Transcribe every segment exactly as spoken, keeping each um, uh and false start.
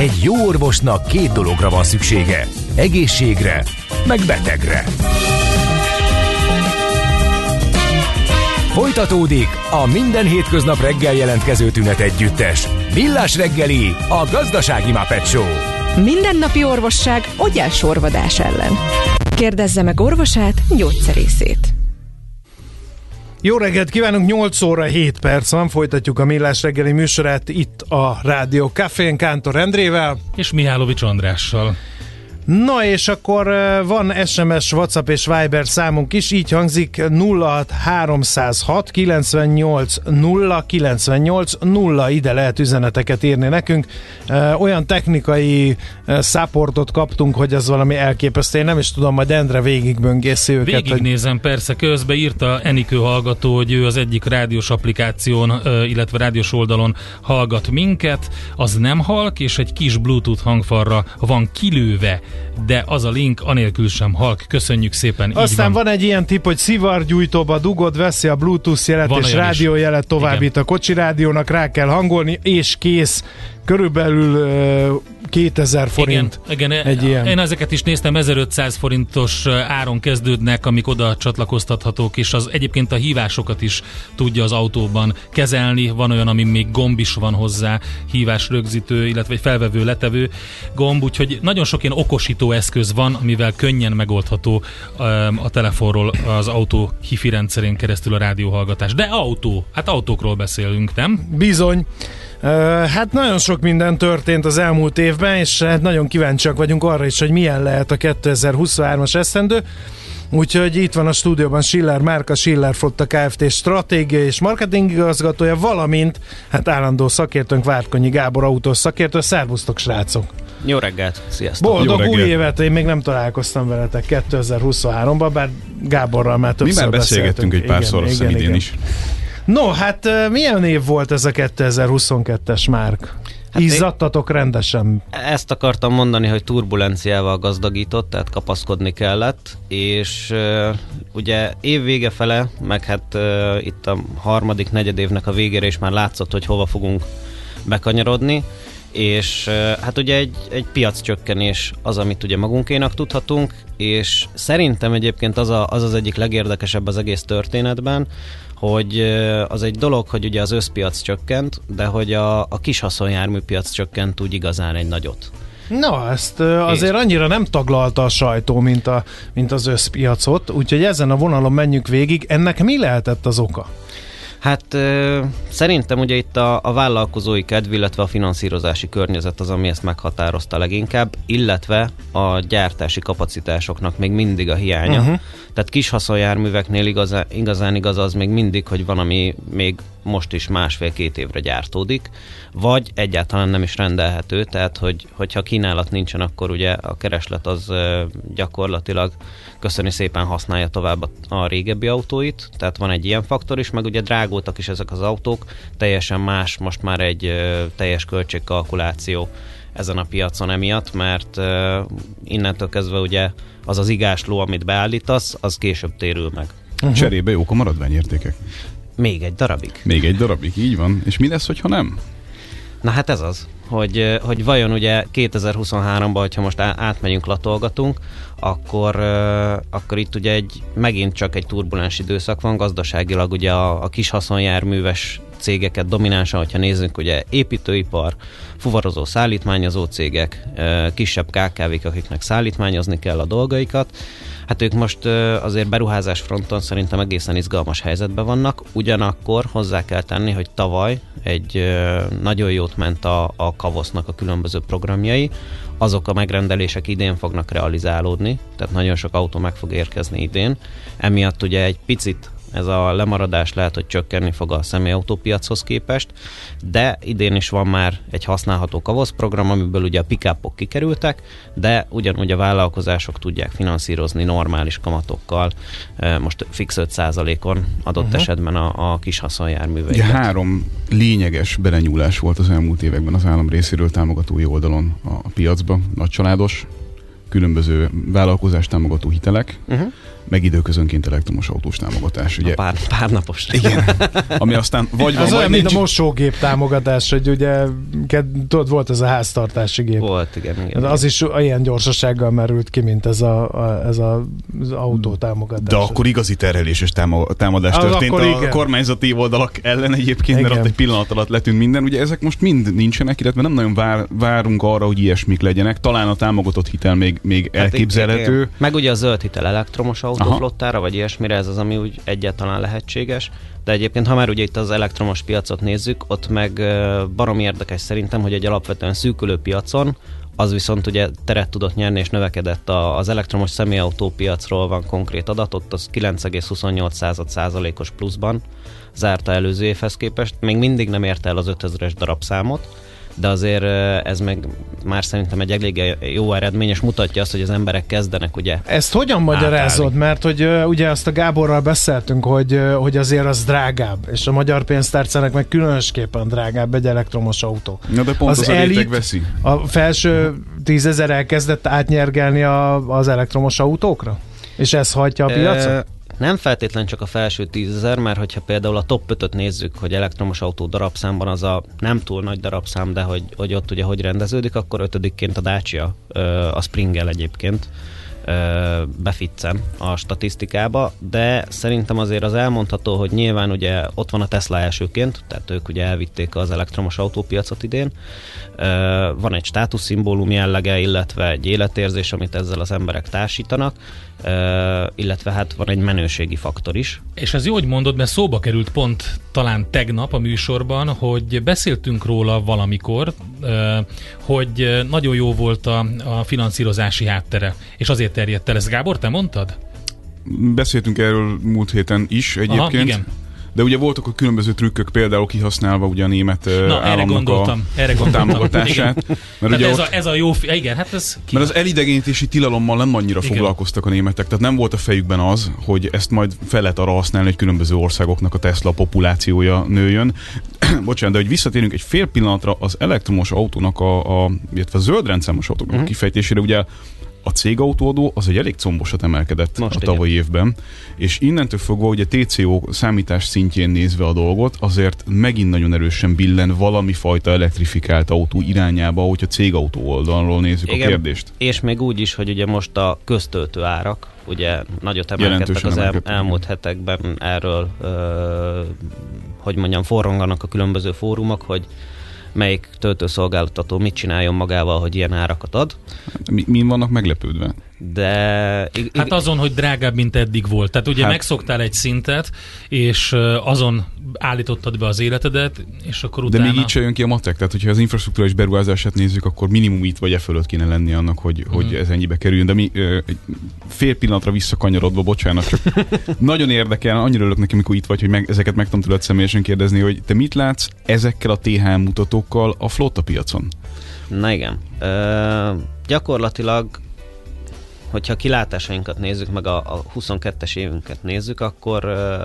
Egy jó orvosnak két dologra van szüksége. Egészségre, meg betegre. Folytatódik a minden hétköznap reggel jelentkező tünet együttes. Millás reggeli, a gazdasági Muppet Show. Mindennapi orvosság ogyásorvadás ellen. Kérdezze meg orvosát, gyógyszerészét. Jó reggelt kívánunk, nyolc óra hét perc van, folytatjuk a Millás reggeli műsorát itt a Rádió Cafén Kántor Endrével. És Mihálovics Andrással. Na és akkor van es em es, WhatsApp és Viber számunk is, így hangzik nulla hat háromszázhat kilencvennyolc nulla kilencvennyolc nulla, ide lehet üzeneteket írni nekünk. Olyan technikai supportot kaptunk, hogy ez valami elképesztő, én nem is tudom, majd Endre végigböngészi őket. Végignézem, hogy... persze, közben írta Enikő hallgató, hogy ő az egyik rádiós applikáción, illetve rádiós oldalon hallgat minket, az nem halk, és egy kis Bluetooth hangfalra van kilőve, de az a link anélkül sem halk. Köszönjük szépen. Aztán így van. van egy ilyen tipp, hogy szivargyújtóba dugod, veszi a Bluetooth jelet van és rádiójelet továbbít. Igen. A kocsi rádiónak rá kell hangolni, és kész. Körülbelül uh, kétezer forint. Igen, igen, egy ilyen. Én ezeket is néztem, ezerötszáz forintos áron kezdődnek, amik oda csatlakoztathatók, és az egyébként a hívásokat is tudja az autóban kezelni. Van olyan, ami még gomb is van hozzá, hívás rögzítő, illetve egy felvevő, letevő gomb, úgyhogy nagyon sok ilyen okosító eszköz van, amivel könnyen megoldható um, a telefonról az autó hifi rendszerén keresztül a rádióhallgatás. De autó, hát autókról beszélünk, nem? Bizony. Uh, hát nagyon sok minden történt az elmúlt évben, és hát nagyon kíváncsiak vagyunk arra is, hogy milyen lehet a kétezer-huszonhármas esztendő. Úgyhogy itt van a stúdióban Schiller Márka, Schiller Flotta Kft. Stratégia és marketing igazgatója, valamint hát állandó szakértőnk Várkonyi Gábor autós szakértő. Szervusztok, srácok! Jó reggelt! Sziasztok! Boldog Jó új évet! Én még nem találkoztam veletek kétezer-huszonháromban, bár Gáborral már többször Mi már beszélgettünk egy párszor, azt hiszem idén is. No, hát milyen év volt ez a kétezer-huszonkettes, Márk? Hát izzadtatok rendesen? Ezt akartam mondani, hogy turbulenciával gazdagított, tehát kapaszkodni kellett, és uh, ugye év vége fele, meg hát uh, itt a harmadik negyedévnek a végére is már látszott, hogy hova fogunk bekanyarodni, és uh, hát ugye egy, egy piaccsökkenés az, amit ugye magunkénak tudhatunk, és szerintem egyébként az, a, az az egyik legérdekesebb az egész történetben, hogy az egy dolog, hogy ugye az összpiac csökkent, de hogy a, a kis haszonjárműpiac csökkent úgy igazán egy nagyot. Na, ezt azért annyira nem taglalta a sajtó, mint, a, mint az összpiacot, úgyhogy ezen a vonalon menjünk végig. Ennek mi lehetett az oka? Hát ö, szerintem ugye itt a, a vállalkozói kedv, illetve a finanszírozási környezet az, ami ezt meghatározta leginkább, illetve a gyártási kapacitásoknak még mindig a hiánya. Uh-huh. Tehát kis haszonjárműveknél igazán, igazán igaz az még mindig, hogy van, ami még most is másfél-két évre gyártódik, vagy egyáltalán nem is rendelhető, tehát hogy, hogyha kínálat nincsen, akkor ugye a kereslet az ö, gyakorlatilag köszöni szépen használja tovább a, a régebbi autóit, tehát van egy ilyen faktor is, meg ugye drágultak is ezek az autók, teljesen más most már egy ö, teljes költségkalkuláció ezen a piacon emiatt, mert ö, innentől kezdve ugye az az igásló, amit beállítasz, az később térül meg. Uh-huh. Cserébe jók a maradványértékek. Még egy darabig. Még egy darabig, így van. És mi lesz, hogyha nem? Na hát ez az, hogy, hogy vajon ugye kétezer-huszonháromban, hogyha most átmegyünk, latolgatunk, akkor, akkor itt ugye egy, megint csak egy turbulens időszak van, gazdaságilag ugye a, a kis haszonjárműves cégeket dominánsan, hogyha nézzünk, ugye építőipar, fuvarozó, szállítmányozó cégek, kisebb ká ká vék, akiknek szállítmányozni kell a dolgaikat. Hát ők most azért beruházás fronton szerintem egészen izgalmas helyzetben vannak, ugyanakkor hozzá kell tenni, hogy tavaly egy nagyon jót ment a, a Kavosznak a különböző programjai, azok a megrendelések idén fognak realizálódni, tehát nagyon sok autó meg fog érkezni idén, emiatt ugye egy picit ez a lemaradás lehet, hogy csökkenni fog a személyautópiachoz képest, de idén is van már egy használható Kavosz program, amiből ugye a pick-upok kikerültek, de ugyanúgy a vállalkozások tudják finanszírozni normális kamatokkal, most fix öt százalékon adott uh-huh. esetben a, a kis haszonjárműveiket. Ugye három lényeges belenyúlás volt az elmúlt években az állam részéről támogatói oldalon a piacba, nagycsaládos, különböző vállalkozás támogató hitelek, uh-huh. meg időközönként elektromos autós támogatás. Ugye? Pár, pár napos. Igen. Ami aztán vagy van, az vagy olyan, mint nincs. a mosógép támogatás, hogy ugye tudod, volt ez a háztartási gép. Volt, igen. igen. Az is ilyen gyorsasággal merült ki, mint ez, a, a, ez a, az autó támogatás. De akkor igazi terheléses támadás az történt a igen. kormányzati oldalak ellen egyébként, igen. Mert ott egy pillanat alatt letűnt minden. Ugye ezek most mind nincsenek, illetve nem nagyon vár, várunk arra, hogy ilyesmik legyenek. Talán a támogatott hitel még, még hát elképzelhető. Igen. Meg ugye a zöld hitel elektromos autóflottára, vagy ilyesmire, ez az, ami úgy egyáltalán lehetséges. De egyébként, ha már ugye itt az elektromos piacot nézzük, ott meg baromi érdekes szerintem, hogy egy alapvetően szűkülő piacon, az viszont ugye teret tudott nyerni és növekedett. Az elektromos személyautópiacról van konkrét adat, ott az kilenc egész huszonnyolc százalékos pluszban zárta előző évhez képest. Még mindig nem érte el az ötezres darabszámot, de azért ez meg már szerintem egy elég jó eredmény, és mutatja azt, hogy az emberek kezdenek ugye. Ezt hogyan magyarázod? Mert hogy uh, ugye azt a Gáborral beszéltünk, hogy, uh, hogy azért az drágább, és a magyar pénztárcának meg különösképpen drágább egy elektromos autó. Na de pont az, az a réteg veszi. A felső tízezer elkezdett átnyergelni a, az elektromos autókra? És ez hagyja a piacot? E- Nem feltétlen csak a felső tízezer, mert hogyha például a top ötöt nézzük, hogy elektromos autó darabszámban az a nem túl nagy darabszám, de hogy, hogy ott ugye hogy rendeződik, akkor ötödikként a Dacia, a Springgel egyébként beficcen a statisztikába, de szerintem azért az elmondható, hogy nyilván ugye ott van a Tesla elsőként, tehát ők ugye elvitték az elektromos autópiacot idén. Van egy státuszszimbólum jellege, illetve egy életérzés, amit ezzel az emberek társítanak, illetve hát van egy menőségi faktor is. És ez jó, hogy mondod, mert szóba került pont talán tegnap a műsorban, hogy beszéltünk róla valamikor, hogy nagyon jó volt a, a finanszírozási háttere, és azért terjedt el. Ezt Gábor, te mondtad? Beszéltünk erről múlt héten is egyébként. Aha, igen. De ugye voltak a különböző trükkök, például kihasználva ugye a német Na, államnak a, erre a támogatását. Mert ugye ez, ott, a, ez a jó... Fi- igen, hát ez... Ki? Mert az elidegenítési tilalommal nem annyira igen. foglalkoztak a németek, tehát nem volt a fejükben az, hogy ezt majd fel lehet arra használni, hogy különböző országoknak a Tesla populációja nőjön. Bocsánat, de hogy visszatérünk egy fél pillanatra az elektromos autónak, a, a, illetve a zöld rendszámos autóknak uh-huh. a kifejtésére, ugye a cégautóadó az egy elég combosat emelkedett most a tavalyi igen. évben, és innentől fogva ugye té cé o számítás szintjén nézve a dolgot, azért megint nagyon erősen billen valami fajta elektrifikált autó irányába, hogyha cégautó oldalról nézzük igen, a kérdést. És még úgy is, hogy ugye most a köztöltő árak ugye nagyot emelkedtek az el, elmúlt hetekben erről, ö, hogy mondjam, forronganak a különböző fórumok, hogy melyik töltőszolgáltató mit csináljon magával, hogy ilyen árakat ad. Mi, mi vannak meglepődve? De... Ig- hát azon, hogy drágább, mint eddig volt. Tehát ugye hát... megszoktál egy szintet, és azon állítottad be az életedet, és akkor utána... De még így se jön ki a matek. Tehát, hogyha az infrastruktúrális beruházását nézzük, akkor minimum itt vagy e fölött kéne lenni annak, hogy, mm. hogy ez ennyibe kerüljön. De mi egy fél pillanatra visszakanyarodva, bocsánat, csak nagyon érdekel, annyira örülök neki, amikor itt vagy, hogy meg, ezeket meg tudom tőled személyesen kérdezni, hogy te mit látsz ezekkel a té há em mutatókkal a flotta piacon? Na igen. Ö, gyakorlatilag hogyha a kilátásainkat nézzük, meg a, a huszonkettes évünket nézzük, akkor uh,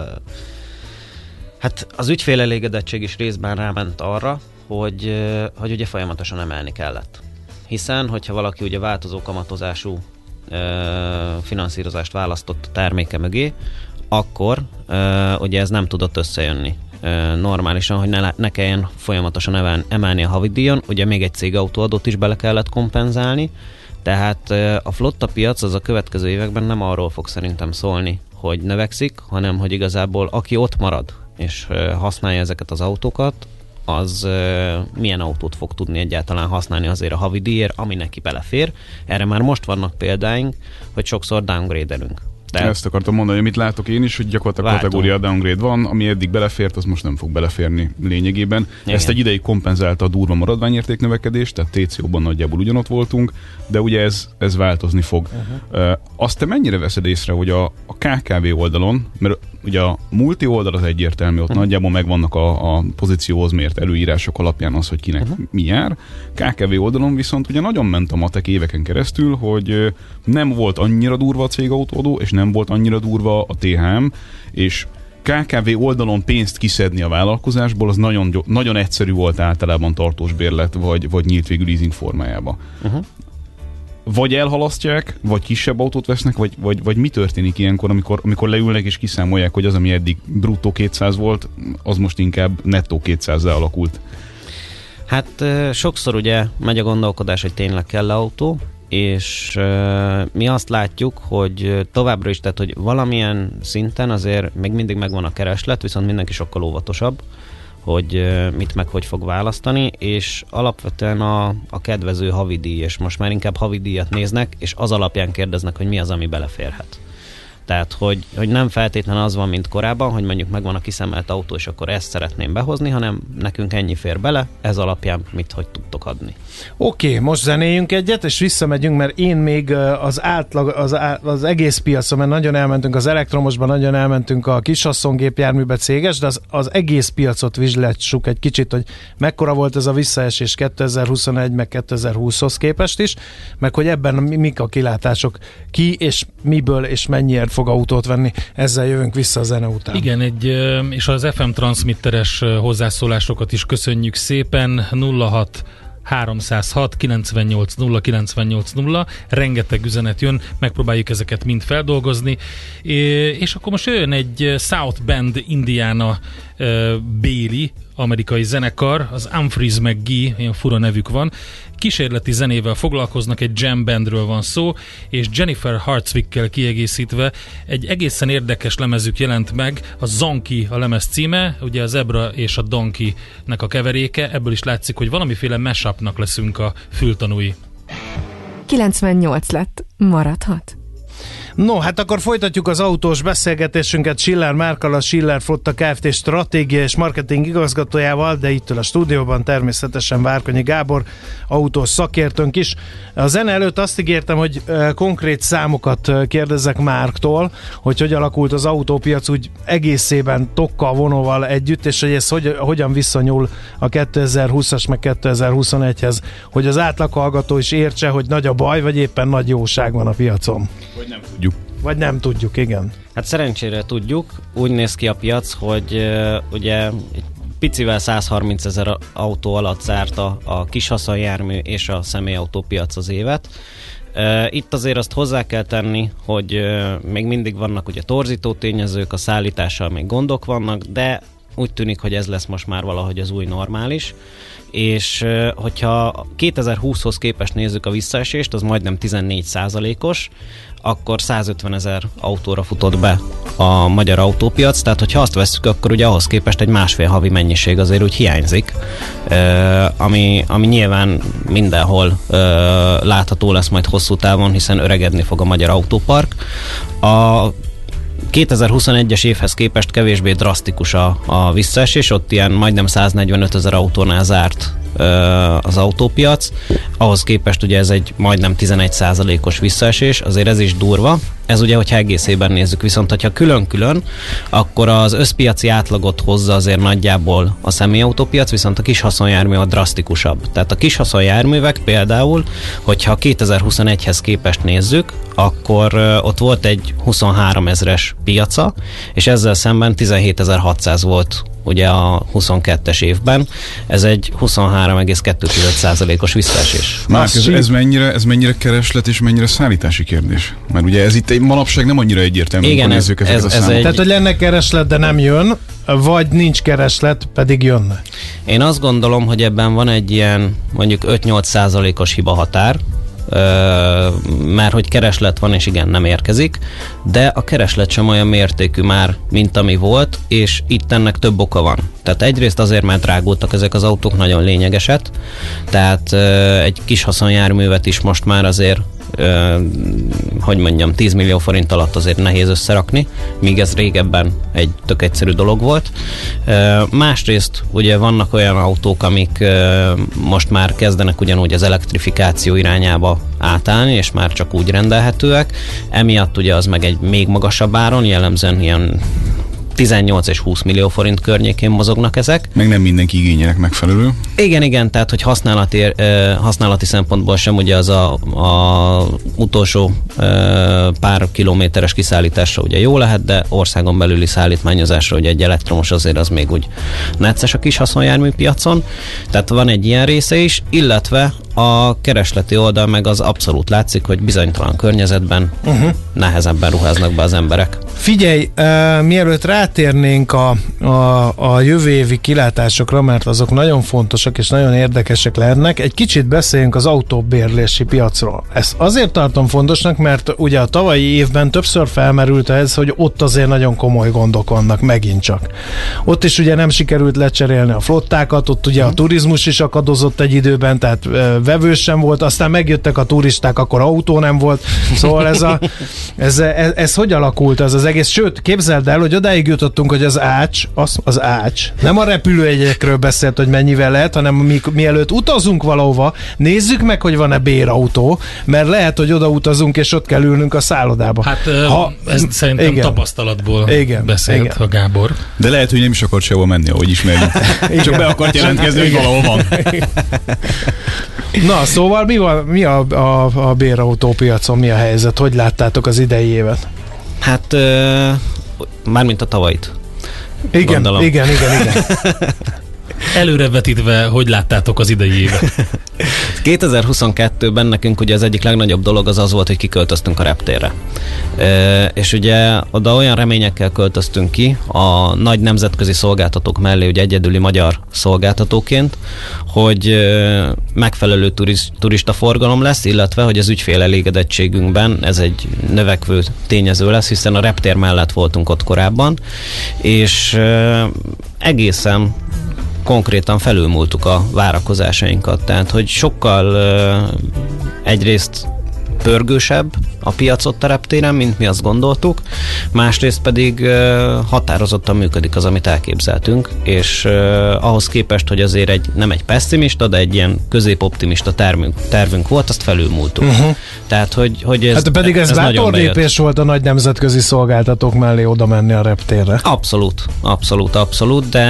hát az ügyfél elégedettség is részben ráment arra, hogy, uh, hogy ugye folyamatosan emelni kellett. Hiszen, hogyha valaki ugye változó kamatozású uh, finanszírozást választott a terméke mögé, akkor uh, ugye ez nem tudott összejönni uh, normálisan, hogy ne, ne kelljen folyamatosan emelni, emelni a havidíjon, ugye még egy cégautóadót is bele kellett kompenzálni. Tehát a flotta piac az a következő években nem arról fog szerintem szólni, hogy növekszik, hanem hogy igazából aki ott marad és használja ezeket az autókat, az milyen autót fog tudni egyáltalán használni azért a havidíjért, ami neki belefér. Erre már most vannak példáink, hogy sokszor downgrade-elünk. De ezt akartam mondani, amit látok én is, hogy gyakorlatilag váltunk. Kategória downgrade van, ami eddig belefért, az most nem fog beleférni lényegében. Igen. Ezt egy ideig kompenzálta a durva maradványérték növekedés, tehát té cé o-ban nagyjából ugyanott voltunk, de ugye ez, ez változni fog. Uh-huh. Uh, azt te mennyire veszed észre, hogy a, a ká ká vé oldalon, mert ugye a multi oldal az egyértelmű, ott uh-huh. nagyjából megvannak a, a pozícióhoz mért előírások alapján az, hogy kinek uh-huh. mi jár. ká ká vé oldalon viszont ugye nagyon ment a matek éveken keresztül, hogy nem volt annyira durva a cégautóadó, és nem volt annyira durva a té há em, és ká ká vé oldalon pénzt kiszedni a vállalkozásból, az nagyon, nagyon egyszerű volt általában tartós bérlet, vagy, vagy nyílt végű leasing formájába. Uh-huh. vagy elhalasztják, vagy kisebb autót vesznek, vagy, vagy, vagy mi történik ilyenkor, amikor, amikor leülnek és kiszámolják, hogy az, ami eddig bruttó kétszáz volt, az most inkább nettó kétszázzá alakult. Hát sokszor ugye megy a gondolkodás, hogy tényleg kell autó, és uh, mi azt látjuk, hogy továbbra is, tehát hogy valamilyen szinten azért még mindig megvan a kereslet, viszont mindenki sokkal óvatosabb, hogy uh, mit meg hogy fog választani, és alapvetően a, a kedvező havidíj, és most már inkább havidíjat néznek, és az alapján kérdeznek, hogy mi az, ami beleférhet. Tehát, hogy, hogy nem feltétlenül az van, mint korábban, hogy mondjuk megvan a kiszemelt autó, és akkor ezt szeretném behozni, hanem nekünk ennyi fér bele, ez alapján mit hogy tudtok adni. Oké, okay, most zenéljünk egyet, és visszamegyünk, mert én még az átlag, az, az egész piacon, mert nagyon elmentünk az elektromosban, nagyon elmentünk a kishasszongépjárműbe céges, de az, az egész piacot vizslátsuk egy kicsit, hogy mekkora volt ez a visszaesés kétezer-huszonegy meg kétezer-húszhoz képest is, meg hogy ebben mik a kilátások, ki és miből és mennyiért fog autót venni. Ezzel jövünk vissza a zene után. Igen, egy, és az ef em transmitteres hozzászólásokat is köszönjük szépen. Nulla hat háromszázhat kilencvennyolc nulla kilencvennyolc nulla, rengeteg üzenet jön, megpróbáljuk ezeket mind feldolgozni, és akkor most jön egy South Bend, Indiana béli amerikai zenekar, az Humphreys McGee, ilyen fura nevük van, kísérleti zenével foglalkoznak, egy jam bandről van szó, és Jennifer Hartswick-kel kiegészítve egy egészen érdekes lemezük jelent meg, a Zonky a lemez címe, ugye a Zebra és a Donkey-nek a keveréke, ebből is látszik, hogy valamiféle mashupnak leszünk a fültanúi. kilencvennyolc lett, maradhat. No, hát akkor folytatjuk az autós beszélgetésünket Schiller Márkkal, a Schiller Flotta Kft. Stratégia és marketing igazgatójával, de itt a stúdióban természetesen Várkonyi Gábor, autós szakértőnk is. A zene előtt azt ígértem, hogy konkrét számokat kérdezzek Márktól, hogy hogy alakult az autópiac úgy egészében tokkal, vonóval együtt, és hogy ez hogy, hogyan viszonyul a kétezer-húszas meg kétezer-huszonegyhez, hogy az átlaghallgató is értse, hogy nagy a baj, vagy éppen nagy jóság van a piacon. Vagy nem tudjuk. Vagy nem tudjuk, igen. Hát szerencsére tudjuk, úgy néz ki a piac, hogy uh, ugye egy picivel száz harminc ezer autó alatt zárta a kis haszonjármű és a személyautópiac az évet. Uh, itt azért azt hozzá kell tenni, hogy uh, még mindig vannak ugye torzító tényezők, a szállítással még gondok vannak, de úgy tűnik, hogy ez lesz most már valahogy az új normális, és hogyha kétezer-húszhoz képest nézzük a visszaesést, az majdnem tizennégy százalékos, akkor százötven ezer autóra futott be a magyar autópiac, tehát hogyha azt vesszük, akkor ugye ahhoz képest egy másfél havi mennyiség azért úgy hiányzik, ami, ami nyilván mindenhol látható lesz majd hosszú távon, hiszen öregedni fog a magyar autópark. A kétezer-huszonegyes évhez képest kevésbé drasztikus a, a visszaesés, ott ilyen majdnem száznegyvenöt ezer autónál zárt ö, az autópiac, ahhoz képest ugye ez egy majdnem tizenegy százalékos visszaesés, azért ez is durva. Ez ugye, hogyha egészében nézzük, viszont hogyha külön-külön, akkor az összpiaci átlagot hozza azért nagyjából a személyautópiac, viszont a kis haszonjármű a drasztikusabb. Tehát a kis haszonjárművek például, hogyha kétezer-huszonegyhez képest nézzük, akkor ott volt egy huszonhárom ezres piaca, és ezzel szemben tizenhétezer-hatszáz volt ugye a huszonkettes évben. Ez egy huszonhárom egész kettő százalékos visszaesés. Márk, ez, ez, mennyire, ez mennyire kereslet és mennyire szállítási kérdés? Mert ugye ez itt manapság nem annyira egyértelmű, igen, ez, nézzük ezeket ez, a ez számokat. Tehát, hogy lenne kereslet, de nem jön, vagy nincs kereslet, pedig jönne. Én azt gondolom, hogy ebben van egy ilyen mondjuk öt-nyolc százalékos hiba határ, mert hogy kereslet van, és igen, nem érkezik, de a kereslet sem olyan mértékű már, mint ami volt, és itt ennek több oka van. Tehát egyrészt azért, mert drágultak ezek az autók, nagyon lényegeset, tehát egy kis haszonjárművet is most már azért Uh, hogy mondjam, tíz millió forint alatt azért nehéz összerakni, míg ez régebben egy tök egyszerű dolog volt. Uh, másrészt ugye vannak olyan autók, amik uh, most már kezdenek ugyanúgy az elektrifikáció irányába átállni, és már csak úgy rendelhetőek. Emiatt ugye az meg egy még magasabb áron, jellemzően ilyen tizennyolc és húsz millió forint környékén mozognak ezek. Meg nem mindenki igényének megfelelő. Igen, igen, tehát hogy használati, használati szempontból sem ugye az a, a utolsó pár kilométeres kiszállításra ugye jó lehet, de országon belüli szállítmányozásra ugye egy elektromos azért az még úgy necces a kis haszonjármű piacon. Tehát van egy ilyen része is, illetve A keresleti oldal meg az abszolút látszik, hogy bizonytalan környezetben uh-huh. nehezebben ruháznak be az emberek. Figyelj, uh, mielőtt rátérnénk a, a, a jövő évi kilátásokra, mert azok nagyon fontosak és nagyon érdekesek lehetnek, egy kicsit beszéljünk az autóbérlési piacról. Ezt azért tartom fontosnak, mert ugye a tavalyi évben többször felmerült ez, hogy ott azért nagyon komoly gondok vannak megint csak. Ott is ugye nem sikerült lecserélni a flottákat, ott ugye a turizmus is akadozott egy időben, tehát uh, vevős sem volt, aztán megjöttek a turisták, akkor autó nem volt, szóval ez, a, ez, ez, ez hogy alakult ez az egész? Sőt, képzeld el, hogy odáig jutottunk, hogy az ács, az, az ács, nem a repülőjegyekről beszélt, hogy mennyivel lehet, hanem mi, mielőtt utazunk valahova, nézzük meg, hogy van-e bérautó, mert lehet, hogy oda utazunk, és ott kell ülnünk a szállodába. Hát ha, ez szerintem igen. tapasztalatból igen, beszélt igen. a Gábor. De lehet, hogy nem is akart sehol menni, ahogy ismerjük. Csak be akart jelentkezni, hogy valahol van. Na, szóval mi, van, mi a, a, a bérautópiacon, mi a helyzet? Hogy láttátok az idei évet? Hát, uh, mármint a tavait. Igen, gondolom. igen, igen, igen. Előrevetítve, hogy láttátok az idei évet? kétezer-huszonkettőben nekünk ugye az egyik legnagyobb dolog az az volt, hogy kiköltöztünk a reptérre. E, és ugye oda olyan reményekkel költöztünk ki a nagy nemzetközi szolgáltatók mellé, ugye egyedüli magyar szolgáltatóként, hogy e, megfelelő turiz, turista forgalom lesz, illetve hogy az ügyfél elégedettségünkben ez egy növekvő tényező lesz, hiszen a reptér mellett voltunk ott korábban, és e, egészen konkrétan felülmúltuk a várakozásainkat, tehát hogy sokkal uh, egyrészt pörgősebb a piac ott a reptéren, mint mi azt gondoltuk, másrészt pedig uh, határozottan működik az, amit elképzeltünk, és uh, ahhoz képest, hogy azért egy, nem egy pessimista, de egy ilyen középoptimista tervünk, tervünk volt, azt felülmúltuk. Uh-huh. Tehát, hogy, hogy ez Hát pedig ez, ez bátor lépés volt a nagy nemzetközi szolgáltatók mellé oda menni a reptérre. Abszolút, abszolút, abszolút, de,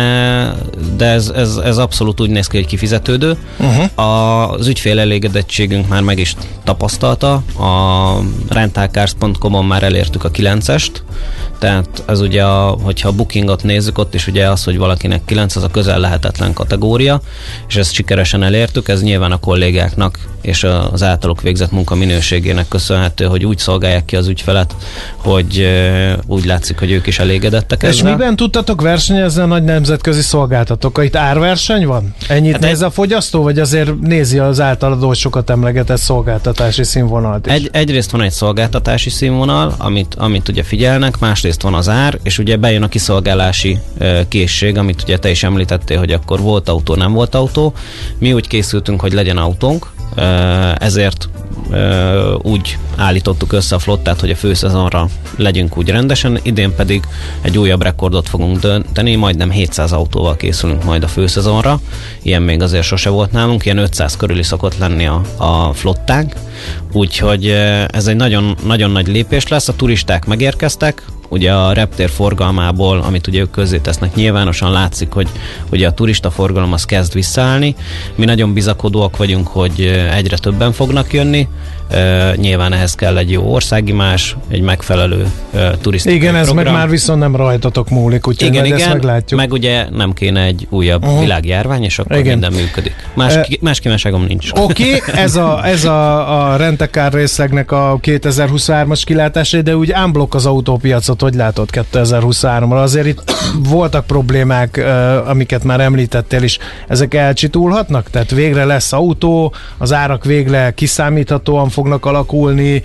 de ez, ez, ez abszolút úgy néz ki, hogy kifizetődő. Uh-huh. Az ügyfél elégedettségünk már meg is tapasztalta, a rentalcars pont com-on már elértük a kilencest, tehát ez ugye, a, hogyha a bookingot nézzük, ott is ugye az, hogy valakinek kilenc, az a közel lehetetlen kategória, és ezt sikeresen elértük, ez nyilván a kollégáknak és az általuk végzett munka minőségének köszönhető, hogy úgy szolgálják ki az ügyfelet, hogy úgy látszik, hogy ők is elégedettek és ezzel. És miben tudtatok versenyezni a nagy nemzetközi szolgáltatókkal? Itt árverseny van? Ennyit hát néz egy... a fogyasztó, vagy azért nézi az általad sokat emlegetett szolgáltatási színvonalat is? Egy, egyrészt van egy szolgáltatási színvonal, amit, amit ugye figyelnek, másrészt van az ár, és ugye bejön a kiszolgálási uh, készség, amit ugye te is említettél, hogy akkor volt autó, nem volt autó. Mi úgy készültünk, hogy legyen autónk, uh, ezért uh, úgy állítottuk össze a flottát, hogy a főszezonra legyünk úgy rendesen, idén pedig egy újabb rekordot fogunk dönteni, majdnem hétszáz autóval készülünk majd a főszezonra, ilyen még azért sose volt nálunk, ilyen ötszáz körüli szokott lenni a, a flottánk, úgyhogy ez egy nagyon, nagyon nagy lépés lesz, a turisták megérkeztek, ugye a reptér forgalmából, amit ugye ők közzétesznek, nyilvánosan látszik, hogy ugye a turista forgalom az kezd visszaállni. Mi nagyon bizakodóak vagyunk, hogy egyre többen fognak jönni. Uh, nyilván ehhez kell egy jó országimázs, egy megfelelő uh, turisztikai Igen, ez program. meg már viszont nem rajtatok múlik, úgyhogy igen, igen, ezt meglátjuk. Meg ugye nem kéne egy újabb uh-huh. világjárvány, és akkor igen. minden működik. Más, uh, más kívánságom nincs. Oké, okay, ez, a, ez a, a rentekár részlegnek a kétezer-huszonhármas kilátásai, de úgy unblock az autópiacot, hogy látod kétezer-huszonháromra? Azért itt voltak problémák, uh, amiket már említettél is. Ezek elcsitulhatnak? Tehát végre lesz autó, az árak végre kiszámíthatóan fognak alakulni,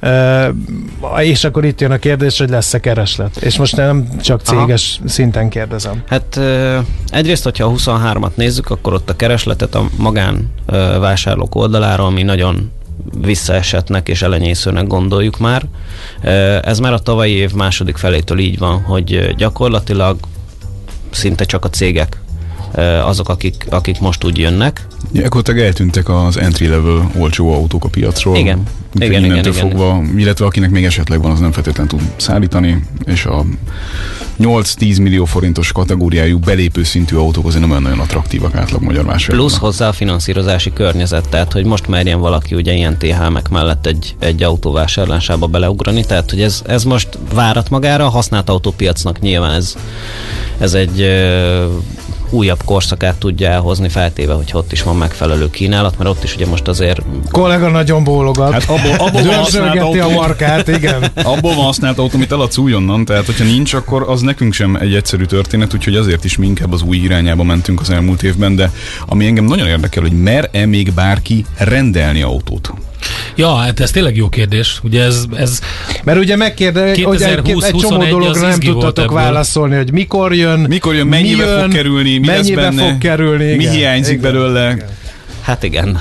és akkor itt jön a kérdés, hogy lesz-e kereslet. És most nem csak céges Aha. szinten kérdezem. Hát egyrészt, hogyha a huszonhármat nézzük, akkor ott a keresletet a magán vásárlók oldaláról mi nagyon visszaesetnek és elenyészőnek gondoljuk már. Ez már a tavalyi év második felétől így van, hogy gyakorlatilag szinte csak a cégek azok, akik, akik most úgy jönnek. Gyakorlatilag eltűntek az entry-level olcsó autók a piacról. Igen. Igen, innentől igen, fogva, igen. illetve akinek még esetleg van, az nem feltétlenül tud szállítani, és a nyolc-tíz millió forintos kategóriájú belépő szintű autók azért nem olyan nagyon attraktívak átlag magyar vásárlóknak. Plusz hozzá a finanszírozási környezet, tehát hogy most merjen valaki ugye ilyen té há em-ek mellett egy, egy autóvásárlásába beleugrani, tehát hogy ez, ez most várat magára, a használt autópiacnak nyilván ez, ez egy újabb korszakát tudja elhozni, feltéve, hogy ott is van megfelelő kínálat, mert ott is ugye most azért... Kollega nagyon bólogat. Hát abból, abból van használt autó, a markát, igen. Abból van használt autó, amit eladsz újonnan, tehát hogyha nincs, akkor az nekünk sem egy egyszerű történet, úgyhogy azért is mi inkább az új irányába mentünk az elmúlt évben, de ami engem nagyon érdekel, hogy mer-e még bárki rendelni autót? Ja, hát ez tényleg jó kérdés. Ugye ez... ez Mert ugye megkérde, hogy egy, egy csomó dologra nem tudtatok válaszolni, hogy mikor jön, mikor jön, mennyibe mi jön, fog kerülni, mi lesz benne, fog kerülni, mi igen, hiányzik igen, belőle. Igen. Hát igen.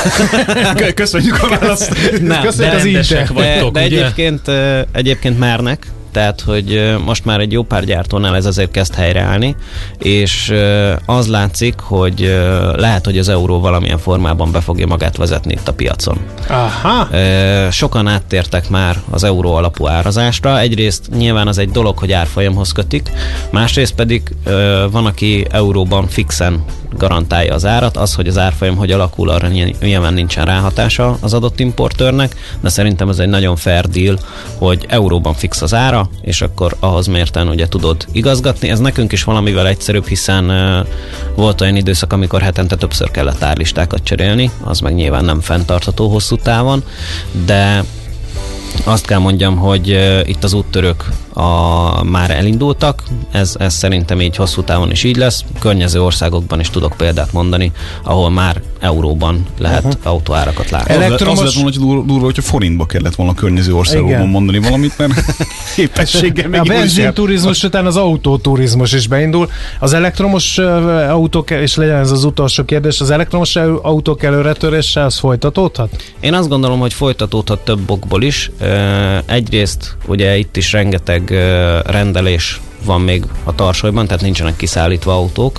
Köszönjük a választ. Nem, Köszönjük az rendesek inte. vagytok, de, de ugye? egyébként, egyébként mernek, tehát, hogy most már egy jó pár gyártónál ez azért kezd helyreállni, és az látszik, hogy lehet, hogy az euró valamilyen formában be fogja magát vezetni itt a piacon. Aha. Sokan áttértek már az euró alapú árazásra. Egyrészt nyilván az egy dolog, hogy árfolyamhoz kötik, másrészt pedig van, aki euróban fixen garantálja az árat, az, hogy az árfolyam hogy alakul, arra nyilván nincsen ráhatása az adott importőrnek, de szerintem ez egy nagyon fair deal, hogy euróban fix az ára, és akkor ahhoz mérten ugye tudod igazgatni. Ez nekünk is valamivel egyszerűbb, hiszen uh, volt olyan időszak, amikor hetente többször kellett árlistákat cserélni, az meg nyilván nem fenntartható hosszú távon, de azt kell mondjam, hogy uh, itt az úttörők a, már elindultak, ez, ez szerintem így hosszú távon is így lesz. Környező országokban is tudok példát mondani, ahol már euróban lehet uh-huh. autóárakat látni. Elektromos... Az lett volna, hogy durva, hogyha forintba kellett volna a környező országokban igen. mondani valamit, mert képességgel még a benzinturizmus után az autóturizmus is beindul. Az elektromos autók, és legyen ez az utolsó kérdés, az elektromos autók előretörése az folytatódhat? Én azt gondolom, hogy folytatódhat több okból is. Egyrészt ugye itt is rengeteg rendelés van még a tarsolyban, tehát nincsenek kiszállítva autók,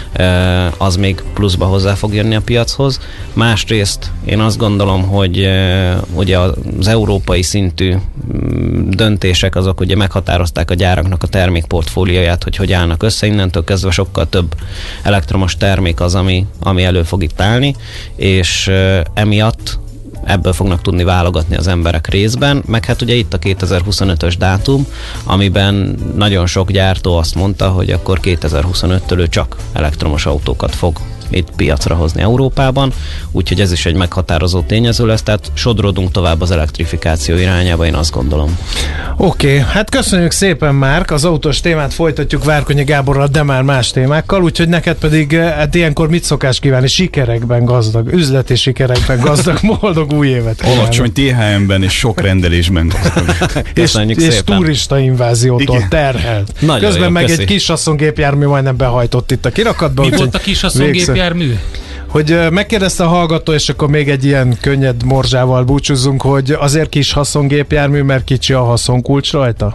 az még pluszba hozzá fog jönni a piachoz. Másrészt én azt gondolom, hogy ugye az európai szintű döntések azok ugye meghatározták a gyáraknak a termékportfólióját, hogy hogy állnak össze, innentől kezdve sokkal több elektromos termék az, ami, ami elő fog itt állni, és emiatt ebből fognak tudni válogatni az emberek részben, meg hát ugye itt a kétezer-huszonötös dátum, amiben nagyon sok gyártó azt mondta, hogy akkor kétezer-huszonöttől ő csak elektromos autókat fog itt piacra hozni Európában, úgyhogy ez is egy meghatározó tényező lesz, tehát sodródunk tovább az elektrifikáció irányába, én azt gondolom. Oké, okay, hát köszönjük szépen, Márk, az autós témát folytatjuk Várkonyi Gáborral, de már más témákkal, úgyhogy neked pedig hát ilyenkor mit szokás kívánni? Sikerekben gazdag, üzleti sikerekben gazdag, boldog új évet kívánok. Alacsony té há em-ben és sok rendelésben gazdag. és, és turista inváziótól igen. terhelt. Nagyon közben jó, meg köszi. Egy kis asszongépjármű majdnem behajtott itt a kirakatba. Mi volt a kis asszongépjármű? Hogy megkérdezte a hallgató, és akkor még egy ilyen könnyed morzsával búcsúzzunk, hogy azért kis haszongépjármű, mert kicsi a haszonkulcs rajta?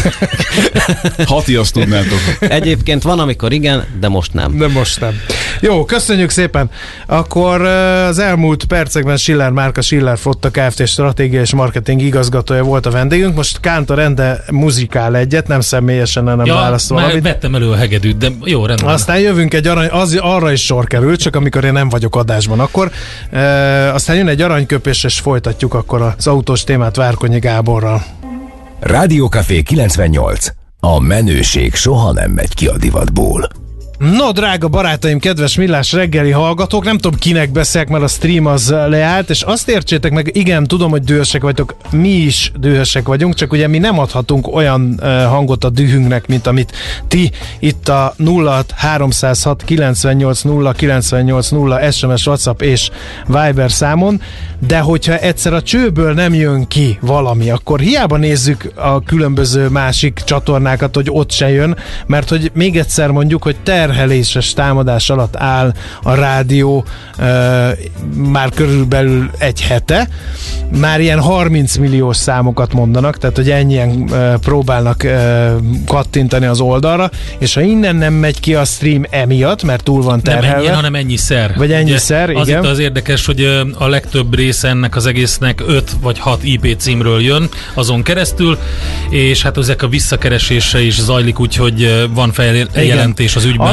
Hati, azt tudnátok. Egyébként van, amikor igen, de most nem. De most nem. Jó, köszönjük szépen. Akkor az elmúlt percekben Schiller Márka, Schiller Flotta Kft. Stratégia és marketing igazgatója volt a vendégünk. Most Kántor Ende muzikál egyet, nem személyesen, hanem ja, válaszol. Már amit... vettem elő a hegedűt, de jó, rendben. Aztán jövünk egy arany, az, arra is sor kerül, csak amikor én nem vagyok adásban akkor. E, aztán jön egy aranyköpés, és folytatjuk akkor az autós témát Várkonyi Gáborral. Rádiókafé kilencvennyolc. A menőség soha nem megy ki a divatból. No, drága barátaim, kedves Millás reggeli hallgatók, nem tudom kinek beszélek, mert a stream az leállt, és azt értsétek meg, igen, tudom, hogy dühösek vagytok, mi is dühösek vagyunk, csak ugye mi nem adhatunk olyan uh, hangot a dühünknek, mint amit ti itt a nulla hat háromszázhat kilencvennyolc nulla kilencvennyolc nulla es em es, WhatsApp és Viber számon, de hogyha egyszer a csőből nem jön ki valami, akkor hiába nézzük a különböző másik csatornákat, hogy ott se jön, mert hogy még egyszer mondjuk, hogy ter terheléses támadás alatt áll a rádió uh, már körülbelül egy hete. Már ilyen harminc milliós számokat mondanak, tehát hogy ennyien uh, próbálnak uh, kattintani az oldalra, és ha innen nem megy ki a stream emiatt, mert túl van terhelve. Nem ennyien, hanem ennyiszer. Vagy ennyiszer, az igen. Itt az érdekes, hogy a legtöbb része ennek az egésznek öt vagy hat i pé címről jön azon keresztül, és hát ezek a visszakeresése is zajlik, úgyhogy van feljelentés az ügyben.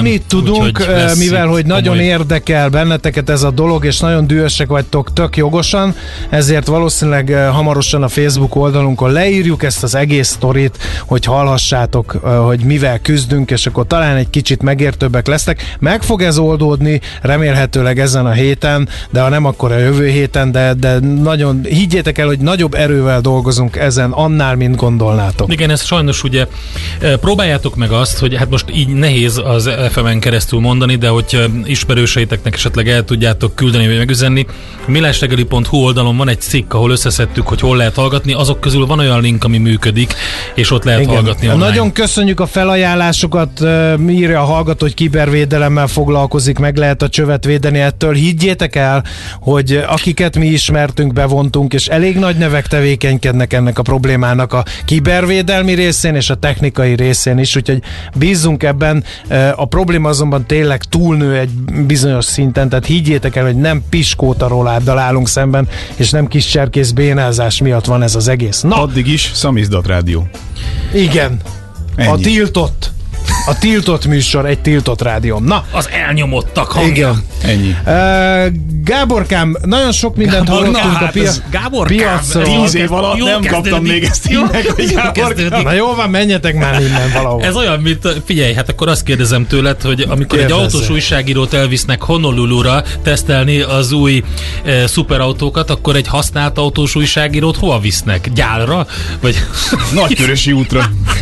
Amit tudunk, Úgyhogy mivel hogy nagyon komoly... érdekel benneteket ez a dolog, és nagyon dühösek vagytok tök jogosan, ezért valószínűleg hamarosan a Facebook oldalunkon leírjuk ezt az egész sztorit, hogy hallhassátok, hogy mivel küzdünk, és akkor talán egy kicsit megértőbbek lesztek. Meg fog ez oldódni, remélhetőleg ezen a héten, de ha nem, akkor a jövő héten, de, de nagyon, higgyétek el, hogy nagyobb erővel dolgozunk ezen annál, mint gondolnátok. Igen, ez sajnos ugye, próbáljátok meg azt, hogy hát most így nehéz az ef emen keresztül mondani, de hogy ismerőseiteknek esetleg el tudjátok küldeni, vagy megüzenni. millásreggeli pont hu oldalon van egy cikk, ahol összeszedtük, hogy hol lehet hallgatni, azok közül van olyan link, ami működik, és ott lehet Igen. hallgatni online. Nagyon köszönjük a felajánlásokat, írja a hallgató, hogy kibervédelemmel foglalkozik, meg lehet a csövet védeni ettől. Higgyétek el, hogy akiket mi ismertünk, bevontunk, és elég nagy nevek tevékenykednek ennek a problémának a kibervédelmi részén és a technikai részén is, úgyhogy bízzunk ebben. A probléma azonban tényleg túlnő egy bizonyos szinten, tehát higgyétek el, hogy nem piskóta roláddal állunk szemben, és nem kis cserkész bénázás miatt van ez az egész. Na, addig is Szamizdat rádió. Igen. Ennyi. A tiltott. A tiltott műsor, egy tiltott rádióm. Na. Az elnyomottak hangja. Igen. Ennyi. Uh, Gáborkám, nagyon sok mindent Gábor, hallottunk hát a pia- piacról. Tíz év alatt nem kezdődik. kaptam még ezt így meg, hogy Gábor. Na jó van, menjetek már innen valahol. Ez olyan, mint, figyelj, hát akkor azt kérdezem tőled, hogy amikor Kérdezze. egy autós újságírót elvisznek Honolulura tesztelni az új e, szuperautókat, akkor egy használt autós újságírót hova visznek? Gyálra? Vagy... Nagykörösi útra.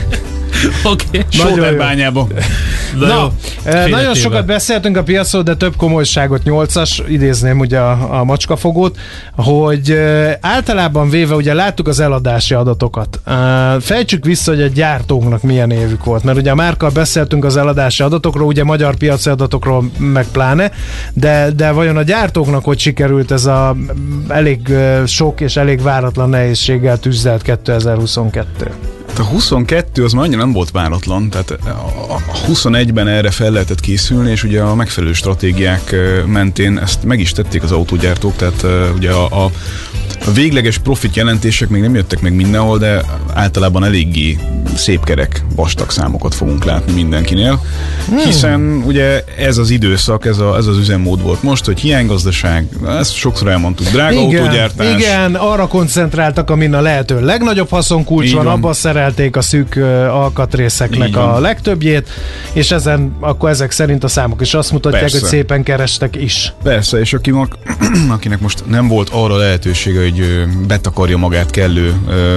Oké. Sóterbányába. Na, Na eh, nagyon sokat beszéltünk a piacról, de több komolyságot, nyolcas, idézném ugye a, a macskafogót, hogy eh, általában véve ugye láttuk az eladási adatokat. Eh, fejtsük vissza, hogy a gyártóknak milyen évük volt, mert ugye a Márkkal beszéltünk az eladási adatokról, ugye magyar piaci adatokról meg pláne, de, de vajon a gyártóknak hogy sikerült ez a elég eh, sok és elég váratlan nehézséggel tüzdelt kétezer-huszonkettő? A huszonkettő az már annyira nem volt váratlan, tehát a huszonegyben erre fel lehetett készülni, és ugye a megfelelő stratégiák mentén ezt meg is tették az autógyártók, tehát ugye a, a A végleges profit jelentések még nem jöttek meg mindenhol, de általában eléggé szép kerek, vastag számokat fogunk látni mindenkinél, hiszen ugye ez az időszak, ez, a, ez az üzemmód volt most, hogy hiánygazdaság, ezt sokszor elmondtuk, drága igen, autógyártás. Igen, arra koncentráltak, amin a lehető legnagyobb haszonkulcs van, van, abban szerelték a szűk alkatrészeknek a legtöbbjét, és ezen akkor ezek szerint a számok is azt mutatják, Persze. hogy szépen kerestek is. Persze, és akinek, akinek most nem volt arra lehetősége, hogy betakarja magát kellő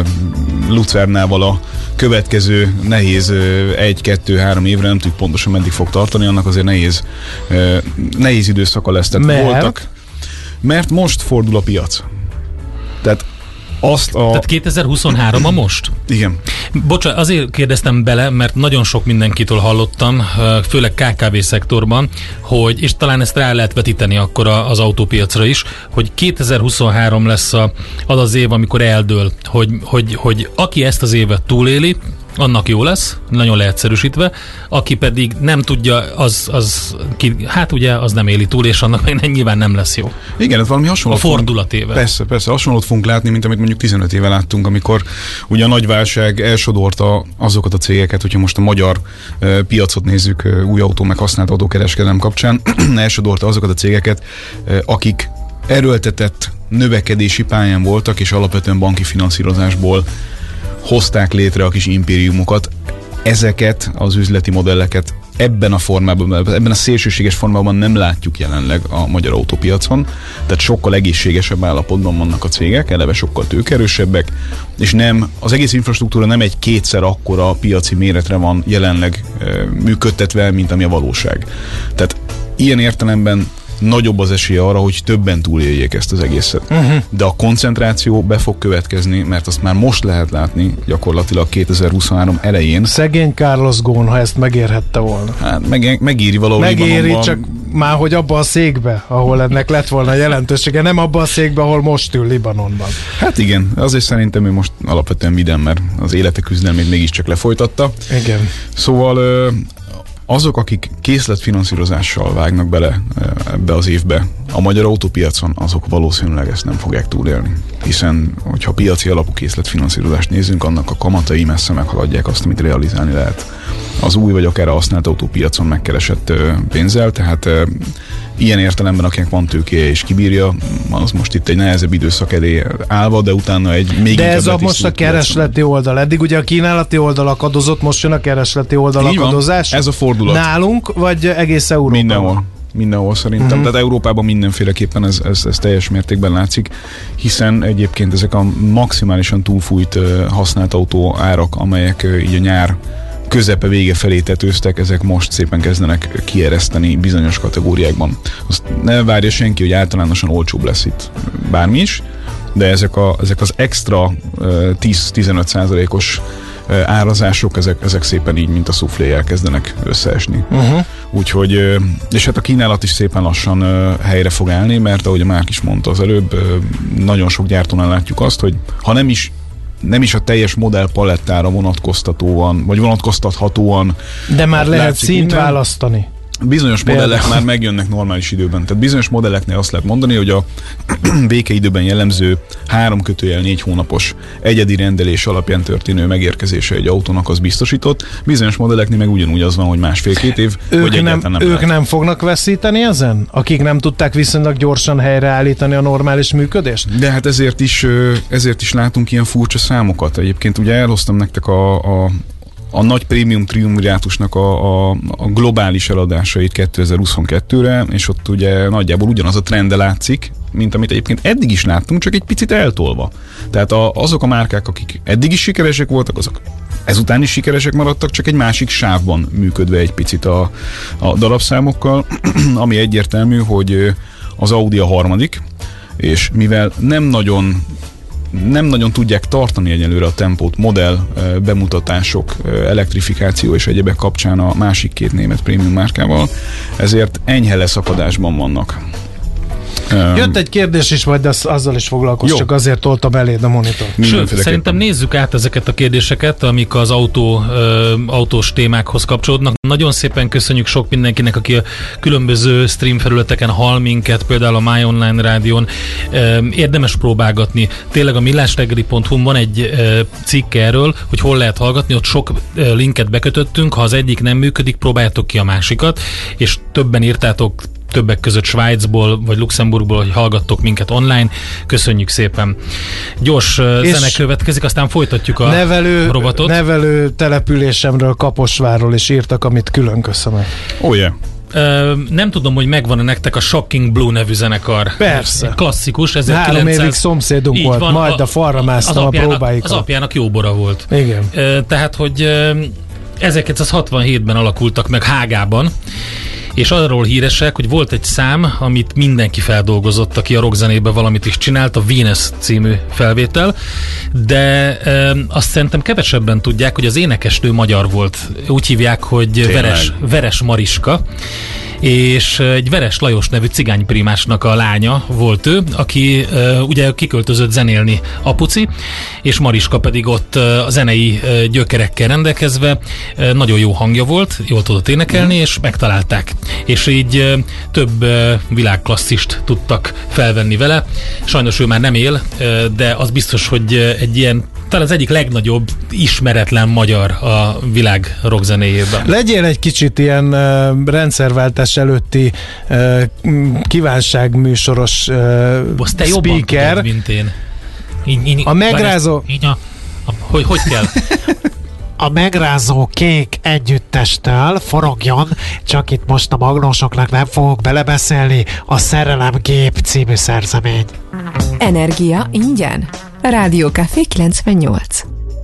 lucernával a következő nehéz egy, kettő, három évre, nem tudjuk pontosan meddig fog tartani, annak azért nehéz, nehéz időszaka lesz. Tehát mert? voltak. Mert most fordul a piac. Tehát azt a... Tehát kétezer-huszonhárom a most? Igen. Bocsánat, azért kérdeztem bele, mert nagyon sok mindenkitől hallottam, főleg ká ká vé szektorban, hogy, és talán ezt rá lehet vetíteni akkor az autópiacra is, hogy kétezer-huszonhárom lesz a, az az év, amikor eldől, hogy, hogy, hogy aki ezt az évet túléli, annak jó lesz, nagyon leegyszerűsítve, aki pedig nem tudja, az, az ki, hát ugye az nem éli túl, és annak meg nyilván nem lesz jó. Igen, ez valami hasonló. A fordulatével. Persze, persze, hasonlót fogunk látni, mint amit mondjuk tizenöt éve láttunk, amikor ugye a nagy válság elsodorta azokat a cégeket, hogyha most a magyar uh, piacot nézzük uh, új autó meg használt autókereskedelem kapcsán, elsodorta azokat a cégeket, uh, akik erőltetett növekedési pályán voltak, és alapvetően banki finanszírozásból hozták létre a kis impériumokat. Ezeket az üzleti modelleket ebben a formában, ebben a szélsőséges formában nem látjuk jelenleg a magyar autópiacon, tehát sokkal egészségesebb állapotban vannak a cégek, eleve sokkal tőkerősebbek, és nem, az egész infrastruktúra nem egy kétszer akkora piaci méretre van jelenleg e, működtetve, mint ami a valóság. Tehát ilyen értelemben nagyobb az esélye arra, hogy többen túléljék ezt az egészet. Uh-huh. De a koncentráció be fog következni, mert azt már most lehet látni gyakorlatilag kétezer-huszonhárom elején. Szegény Carlos Ghosn, ha ezt megérhette volna. Hát meg, megéri valahol Megéri, Libanonban. csak már, hogy abba a székbe, ahol ennek lett volna jelentősége, nem abba a székbe, ahol most ül Libanonban. Hát igen, azért szerintem ő most alapvetően vidám, mert az élete küzdelmét mégiscsak lefolytatta. Igen. Szóval azok, akik készletfinanszírozással vágnak bele ebbe az évbe a magyar autópiacon, azok valószínűleg ezt nem fogják túlélni. Hiszen, hogyha piaci alapú készletfinanszírozást nézzünk, annak a kamatai messze meghaladják azt, amit realizálni lehet az új vagy akár a használt autópiacon megkeresett pénzzel, tehát ilyen értelemben, akinek van tőkéje és kibírja, az most itt egy nehezebb időszak elé állva, de utána egy még De ez a most a keresleti piacon. Oldal. Eddig ugye a kínálati oldal akadozott, most jön a keresleti oldal akadozás. Ez a fordulat. Nálunk, vagy egész Európában? Mindenhol. Mindenhol szerintem. Uh-huh. Tehát Európában mindenféleképpen ez, ez, ez teljes mértékben látszik, hiszen egyébként ezek a maximálisan túlfújt uh, használt autó árak, amelyek uh, így a nyár közepe vége felé tetőztek, ezek most szépen kezdenek kiereszteni bizonyos kategóriákban. Azt ne várja senki, hogy általánosan olcsóbb lesz itt bármi is, de ezek, a, ezek az extra uh, tíz-tizenöt százalékos uh, árazások, ezek, ezek szépen így, mint a szuflé elkezdenek összeesni. Uh-huh. Úgyhogy, uh, és hát a kínálat is szépen lassan uh, helyre fog állni, mert ahogy a Márk is mondta az előbb, uh, nagyon sok gyártónál látjuk azt, hogy ha nem is nem is a teljes modellpalettára vonatkoztatóan, vagy vonatkoztathatóan. De már lehet szint minden választani. Bizonyos Például. modellek már megjönnek normális időben. Tehát bizonyos modelleknél azt lehet mondani, hogy a békeidőben jellemző három kötőjel négy hónapos egyedi rendelés alapján történő megérkezése egy autónak az biztosított. Bizonyos modelleknél meg ugyanúgy az van, hogy másfél-két év, ők vagy nem, nem Ők lehet. nem fognak veszíteni ezen? Akik nem tudták viszonylag gyorsan helyreállítani a normális működést? De hát ezért is, ezért is látunk ilyen furcsa számokat. Egyébként ugye elhoztam nektek a, a a nagy prémium triumvirátusnak a, a, a globális eladásait kétezer-huszonkettőre, és ott ugye nagyjából ugyanaz a trend látszik, mint amit egyébként eddig is láttunk, csak egy picit eltolva. Tehát a, azok a márkák, akik eddig is sikeresek voltak, azok ezután is sikeresek maradtak, csak egy másik sávban működve egy picit a, a darabszámokkal, ami egyértelmű, hogy az Audi a harmadik, és mivel nem nagyon nem nagyon tudják tartani egyelőre a tempót modell bemutatások, elektrifikáció és egyebek kapcsán a másik két német prémium márkával, ezért enyhe leszakadásban vannak. Jött egy kérdés is, majd az, azzal is foglalkozz, csak azért toltam eléd a monitort. Sőt, szerintem nézzük át ezeket a kérdéseket, amik az autó, ö, autós témákhoz kapcsolódnak. Nagyon szépen köszönjük sok mindenkinek, aki a különböző stream felületeken hall minket, például a My Online Rádión. Ö, érdemes próbálgatni. Tényleg a millásreggeli pont hu van egy ö, cikk erről, hogy hol lehet hallgatni, ott sok ö, linket bekötöttünk, ha az egyik nem működik, próbáljátok ki a másikat, és többen írtátok, többek között Svájcból vagy Luxemburgból, hogy hallgattok minket online. Köszönjük szépen. Gyors és zene következik, aztán folytatjuk a nevelő, rovatot. Nevelő településemről, Kaposvárról is írtak, amit külön köszönöm. Oh yeah. Ö, nem tudom, hogy megvan-e nektek a Shocking Blue nevű zenekar. Persze. Klasszikus. Három évig szomszédunk volt, van, majd a falra másztam a próbáikra. Az apjának jó bora volt. Igen. Ö, tehát, hogy ezerkilencszázhatvanhétben alakultak meg Hágában, és arról híresek, hogy volt egy szám, amit mindenki feldolgozott, aki a rockzenében valamit is csinált, a Venus című felvétel, de e, azt szerintem kevesebben tudják, hogy az énekesnő magyar volt. Úgy hívják, hogy Veres, Veres Mariska, és egy Veres Lajos nevű cigányprímásnak a lánya volt ő, aki uh, ugye kiköltözött zenélni apuci, és Mariska pedig ott uh, a zenei uh, gyökerekkel rendelkezve uh, nagyon jó hangja volt, jól tudott énekelni, mm. és megtalálták. És így uh, több uh, világklasszist tudtak felvenni vele. Sajnos ő már nem él, uh, de az biztos, hogy uh, egy ilyen talán az egyik legnagyobb ismeretlen magyar a világ rockzenéjében. Legyél egy kicsit ilyen uh, rendszerváltás előtti uh, kívánságműsoros uh, te speaker. Tudod, mint én. Így, így, a megrázó... Így a, a, hogy, hogy kell? A megrázó kék együttestől forogjon, csak itt most a magnósoknak nem fogok belebeszélni, a Szerelem Gép című szerzemény. Energia ingyen. Rádió Café kilencvennyolc.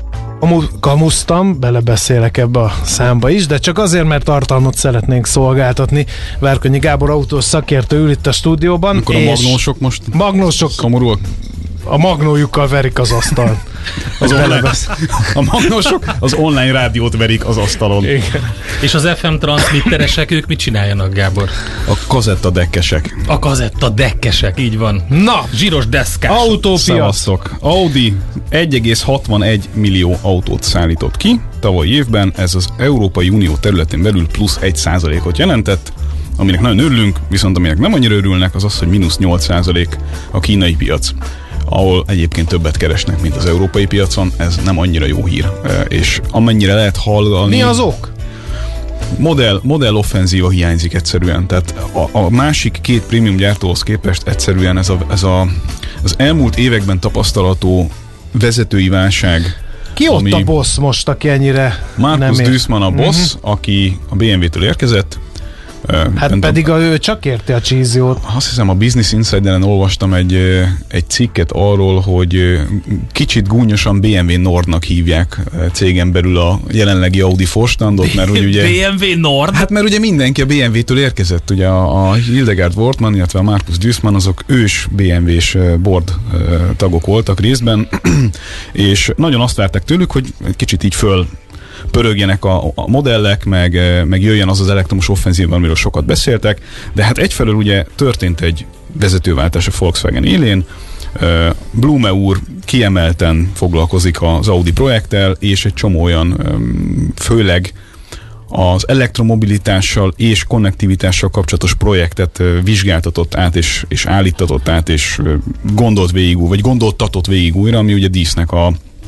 Kamusztam, belebeszélek ebbe a számba is, de csak azért, mert tartalmat szeretnénk szolgáltatni. Várkonyi Gábor autós szakértő ül itt a stúdióban. Akkor a magnósok most magnósok szomorúak? a magnójukkal verik az asztalt. Az online, a magnósok az online rádiót verik az asztalon. Igen. És az ef em transmitteresek, ők mit csináljanak, Gábor? A kazettadekkesek. A kazettadekkesek, így van. Na, zsíros deszkás. autópiac. Szevasztok. Audi egy egész hatvanegy millió autót szállított ki tavaly évben, ez az Európai Unió területén belül plusz egy százalékot jelentett, aminek nagyon örülünk, viszont aminek nem annyira örülnek, az az, hogy mínusz nyolc százalék a kínai piac, ahol egyébként többet keresnek, mint az európai piacon, ez nem annyira jó hír. És amennyire lehet hallani... Mi az ok? Modell, modell offenzíva hiányzik egyszerűen, tehát a, a másik két prémium gyártóhoz képest egyszerűen ez, a, ez a, az elmúlt években tapasztalható vezetői válság. Ki ott a boss most, aki ennyire Markus Duesmann a boss, uh-huh. aki a bé em vé-től érkezett. Hát nem pedig a, ő csak érti a csíziót. Azt hiszem, a Business Insideren olvastam egy, egy cikket arról, hogy kicsit gúnyosan bé em vé Nordnak hívják cégen belül a jelenlegi Audi Vorstandot, mert hogy ugye... bé em vé Nord? Hát mert ugye mindenki a bé em vé-től érkezett, ugye a, a Hildegard Wortmann, illetve a Markus Duesmann, azok ős bé em vés board tagok voltak részben, és nagyon azt várták tőlük, hogy egy kicsit így föl pörögjenek a, a modellek, meg, meg jöjjön az az elektromos offenzíva, amiről sokat beszéltek, de hát egyfelől ugye történt egy vezetőváltás a Volkswagen élén, Blume úr kiemelten foglalkozik az Audi projekttel, és egy csomó olyan, főleg az elektromobilitással és konnektivitással kapcsolatos projektet vizsgáltatott át, és, és állítatott át, és gondolt végig, vagy gondoltatott végig újra, ami ugye dísznek a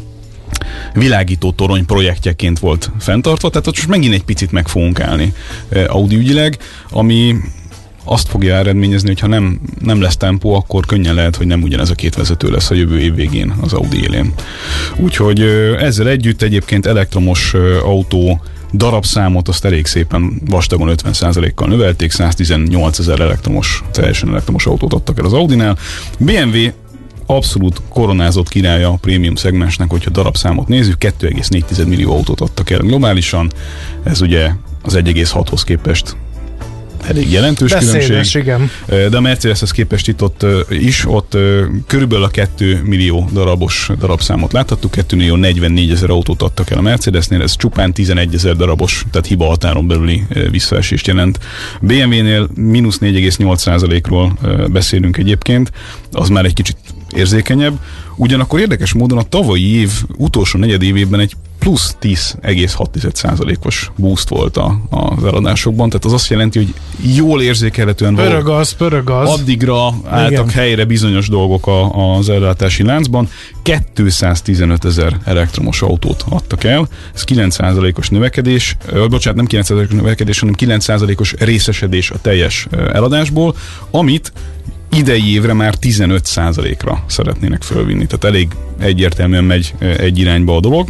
világító torony projektjeként volt fenntartva, tehát ott most megint egy picit meg fogunk állni Audi ügyileg, ami azt fogja eredményezni, hogy ha nem, nem lesz tempó, akkor könnyen lehet, hogy nem ugyanez a két vezető lesz a jövő év végén az Audi élén. Úgyhogy ezzel együtt egyébként elektromos autó darabszámot azt elég szépen vastagon ötven százalékkal növelték, száztizennyolcezer elektromos, teljesen elektromos autót adtak el az Audinál. bé em vé abszolút koronázott királya a prémium szegmensnek, hogyha darabszámot nézzük, két egész négy millió autót adtak el globálisan, ez ugye az egy egész hathoz képest elég jelentős Beszédes, különbség. Igen. De a Mercedeshez képest itt ott is, ott körülbelül a két millió darabos darabszámot láthattuk, két millió negyvennégyezer autót adtak el a Mercedesnél, ez csupán tizenegyezer darabos, tehát hiba határon belüli visszaesést jelent. bé em vé-nél mínusz négy egész nyolc százalékról beszélünk egyébként, az már egy kicsit érzékenyebb. Ugyanakkor érdekes módon a tavalyi év utolsó negyedévében egy plusz tíz egész hat százalékos boost volt a, az eladásokban, tehát az azt jelenti, hogy jól érzékelhetően pörög az, pörög az. addigra álltak Igen. helyre bizonyos dolgok a, az ellátási láncban. kétszáztizenötezer elektromos autót adtak el, ez kilenc százalékos növekedés, ö, bocsánat, nem kilenc százalékos növekedés, hanem kilenc százalékos részesedés a teljes eladásból, amit idei évre már tizenöt százalékra szeretnének fölvinni, tehát elég egyértelműen megy egy irányba a dolog.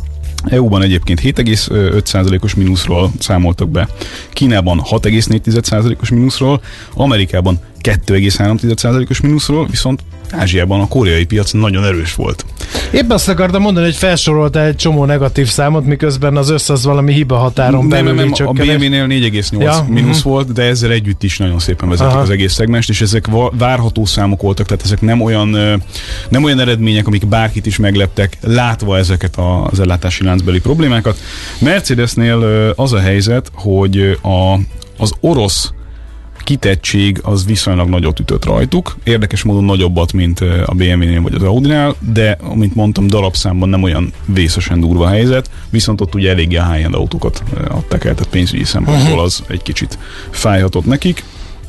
é u-ban egyébként hét egész öt százalékos mínuszról számoltak be, Kínában hat egész négy százalékos mínuszról, Amerikában két egész három százalékos mínuszról, viszont Ázsiában a koreai piac nagyon erős volt. Épp azt akartam mondani, hogy felsoroltál egy csomó negatív számot, miközben az össze az valami hiba határon belül. Nem, nem, a bé em vé-nél négy egész nyolc ja, mínusz uh-huh. volt, de ezzel együtt is nagyon szépen vezetik Aha. az egész szegmest, és ezek várható számok voltak, tehát ezek nem olyan, nem olyan eredmények, amik bárkit is megleptek, látva ezeket az ellátási láncbeli problémákat. Mercedesnél az a helyzet, hogy a, az orosz kitettség az viszonylag nagyot ütött rajtuk. Érdekes módon nagyobbat, mint a bé em vé-nél vagy az Audinál, de, amint mondtam, darabszámban nem olyan vészesen durva helyzet, viszont ott ugye eléggé a high-end autókat adták el, tehát pénzügyi szempontból az egy kicsit fájhatott nekik.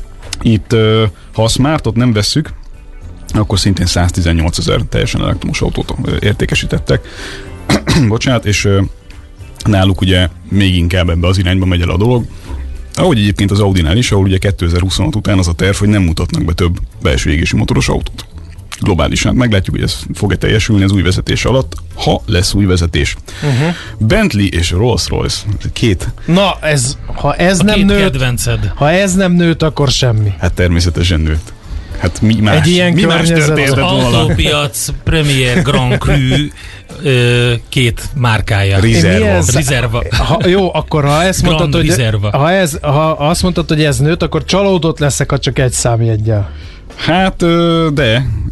Itt, ha a Smartot nem vesszük, akkor szintén száztizennyolcezer teljesen elektromos autót értékesítettek. Bocsánat, és náluk ugye még inkább ebbe az irányba megy el a dolog. Ahogy egyébként az Audinál is, ahol ugye kétezer-huszonhat után az a terv, hogy nem mutatnak be több belső égési motoros autót. Globálisan meglátjuk, hogy ez fog-e teljesülni az új vezetés alatt, ha lesz új vezetés. Uh-huh. Bentley és Rolls-Royce, két. Na, ez, ha ez a nem két nőtt, kedvenced. ha ez nem nőtt, akkor semmi. Hát természetesen nőtt. Hát mi más, Egy ilyen mi más környezet, történt Az autópiac Premier Grand Cru ö, két márkája. Reserva. Reserva. Ha, jó, akkor ha ezt Grand mondtad, hogy, Reserva. ha, ez, ha azt mondtad, hogy ez nőtt, akkor csalódott leszek, ha csak egy számjeggyel. Hát, de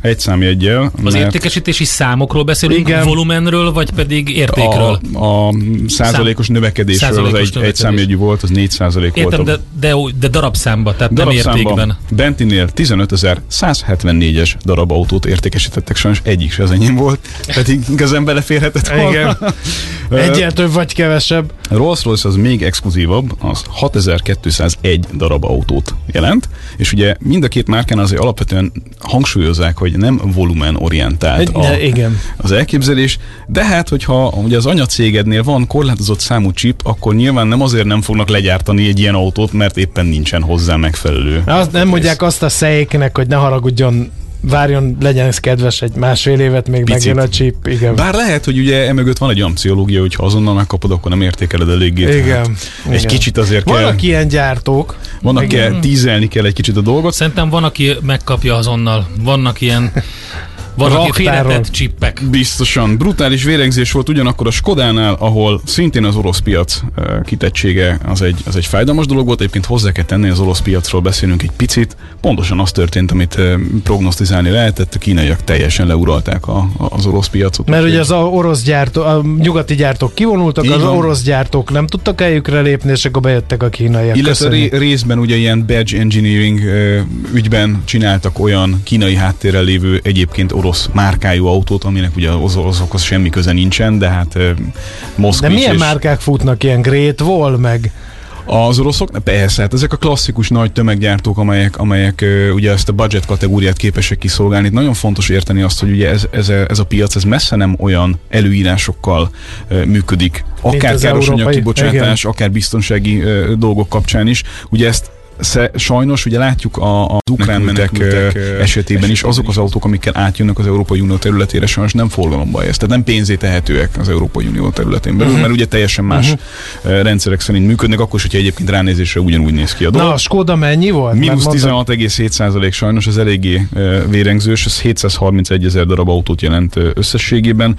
egy számjeggyel. Az értékesítési számokról beszélünk, igen. Volumenről, vagy pedig értékről? A, a százalékos Szám, növekedésről százalékos az egy, növekedés. egy számjegyű volt, az négy százalék volt. Értem, de, de, de darabszámba, tehát darabszámba, nem értékben. Bentinél tizenötezer-százhetvennégyes darab autót értékesítettek, sajnos egyik se az enyém volt, pedig igazán beleférhetett volna. Egyel több vagy kevesebb. Rolls-Royce az még exkluzívabb, az hatezer-kétszázegy darab autót jelent, és ugye mind a két márkán azért alapvetően hangsúlyozzák, hogy nem volumenorientált a, igen. az elképzelés, de hát, hogyha ugye az anyacégednél van korlátozott számú chip, akkor nyilván nem azért nem fognak legyártani egy ilyen autót, mert éppen nincsen hozzá megfelelő. Azt nem mondják azt a szejéknek, hogy ne haragudjon, várjon, legyen ez kedves, egy másfél évet még picit megjön a chip. Igen. Bár lehet, hogy ugye emögött van egy olyan pszichológia, hogy ha azonnal megkapod, akkor nem értékeled eléggé. Igen. Hát egy igen. kicsit azért kell. Vannak ilyen gyártók. Vannak kell, tízelni kell egy kicsit a dolgot. Szerintem van, aki megkapja azonnal. Vannak ilyen vannak félretett csippek. Biztosan. Brutális vérengzés volt ugyanakkor a Skodánál, ahol szintén az orosz piac uh, kitettsége az egy, az egy fájdalmas dolog volt. Egyébként hozzá kell tenni, az orosz piacról beszélünk egy picit. Pontosan az történt, amit uh, prognosztizálni lehetett. A kínaiak teljesen leuralták a, a, az orosz piacot. Mert ugye az orosz gyártó, a nyugati gyártók kivonultak, az orosz gyártók nem tudtak eljükre lépni, és akkor bejöttek a kínaiak. Illetve ré, részben ugye ilyen badge engineering uh, ügyben csináltak olyan kínai háttérrel lévő egyébként orosz márkájú autót, aminek ugye az oroszokhoz semmi köze nincsen, de hát uh, Moszkvics. De milyen és... márkák futnak, ilyen Great Wall, meg... Az oroszok? Persze, hát ezek a klasszikus nagy tömeggyártók, amelyek, amelyek uh, ugye ezt a budget kategóriát képesek kiszolgálni. Itt nagyon fontos érteni azt, hogy ugye ez, ez, a, ez a piac, ez messze nem olyan előírásokkal uh, működik. Akár károsanyag kibocsátás, igen. akár biztonsági uh, dolgok kapcsán is. Ugye ezt sajnos ugye látjuk a, az ukrán menekültek esetében is, azok az autók, amikkel átjönnek az Európai Unió területére, sajnos nem forgalomba helyez. Tehát nem pénzé tehetőek az Európai Unió területén belül, uh-huh. mert ugye teljesen más uh-huh. rendszerek szerint működnek, akkor is, hogyha egyébként ránézésre ugyanúgy néz ki a dolog. Na, a Skoda mennyi volt? Mínusz tizenhat egész hét százalék sajnos, az eléggé vérengzős, ez hétszázharmincegy ezer darab autót jelent összességében.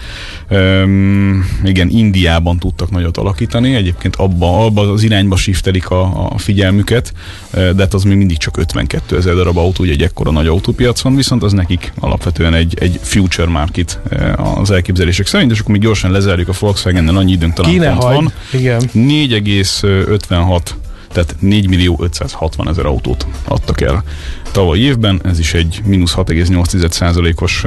Um, igen, Indiában tudtak nagyot alakítani, egyébként abba, abba az irányba shiftelik a, a figyelmüket, de hát az még mindig csak ötvenkétezer darab autó, ugye egy ekkora nagy autópiac van, viszont az nekik alapvetően egy, egy future market az elképzelések szerint, és akkor még gyorsan lezárjuk a Volkswagennel, annyi időnk talán Kíne pont hagy. van. Igen. négy egész ötvenhat, tehát négymillió ötszázhatvan ezer autót adtak el tavaly évben, ez is egy mínusz hat egész nyolc százalékos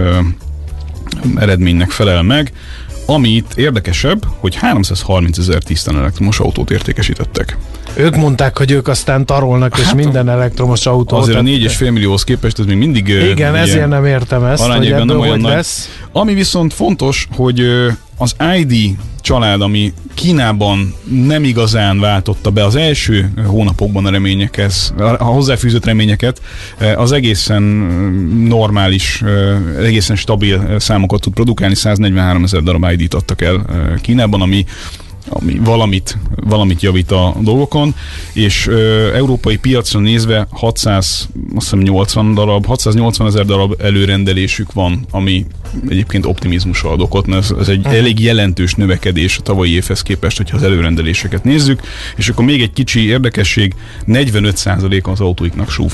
eredménynek felel meg. Ami itt érdekesebb, hogy háromszázharmincezer tisztán elektromos autót értékesítettek. Ők mondták, hogy ők aztán tarolnak, és hát minden elektromos autó. Azért a négy egész öt millióhoz képest ez még mindig... Igen, ezért nem értem ezt, hogy ebből nem olyan hogy lesz. Ami viszont fontos, hogy az i dé család, ami Kínában nem igazán váltotta be az első hónapokban a reményeket, a hozzáfűzött reményeket, az egészen normális, egészen stabil számokat tud produkálni, száznegyvenhárom ezer darab i dét adtak el Kínában, ami ami valamit, valamit javít a dolgokon, és ö, európai piacra nézve hatszáznyolcvan darab, hatszáznyolcvan ezer darab előrendelésük van, ami egyébként optimizmusra ad okot, mert ez, ez egy elég jelentős növekedés a tavalyi évhez képest, hogyha az előrendeléseket nézzük, és akkor még egy kicsi érdekesség, negyvenöt százalék az autóiknak súv.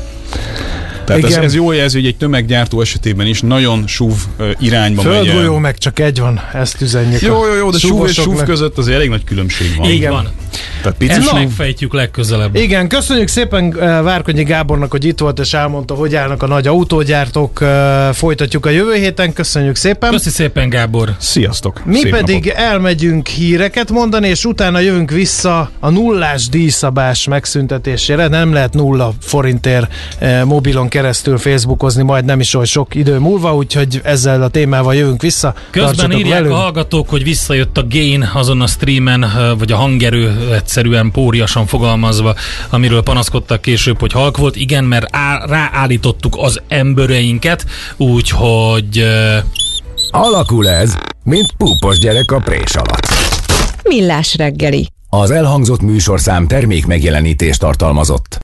Tehát ez, ez jó jelző, hogy egy tömeggyártó esetében is nagyon súv uh, irányba megy. Földgolyó meg csak egy van, ezt üzenjük. Jó, jó, jó, de súv és súv között azért elég nagy különbség van. Igen. Van. Tehát ezt megfejtjük legközelebb. Igen, köszönjük szépen Várkonyi Gábornak, hogy itt volt és elmondta, hogy állnak a nagy autógyártók. Folytatjuk a jövő héten, köszönjük szépen. Köszi szépen, Gábor. Sziasztok. Mi Szép pedig napot. elmegyünk híreket mondani, és utána jövünk vissza a nullás díjszabás megszüntetésére. Nem lehet nulla forintért mobilon keresztül facebookozni, majd nem is oly sok idő múlva, úgyhogy ezzel a témával jövünk vissza. Közben Tartsatok írják velünk. A hallgatók, hogy visszajött a gain azon a streamen, vagy a hangerő egyszerűen póriasan fogalmazva, amiről panaszkodtak később, hogy halk volt. Igen, mert á, ráállítottuk az embereinket, úgyhogy... Alakul ez, mint púpos gyerek a prés alatt. Millás reggeli. Az elhangzott műsorszám termék megjelenítést tartalmazott.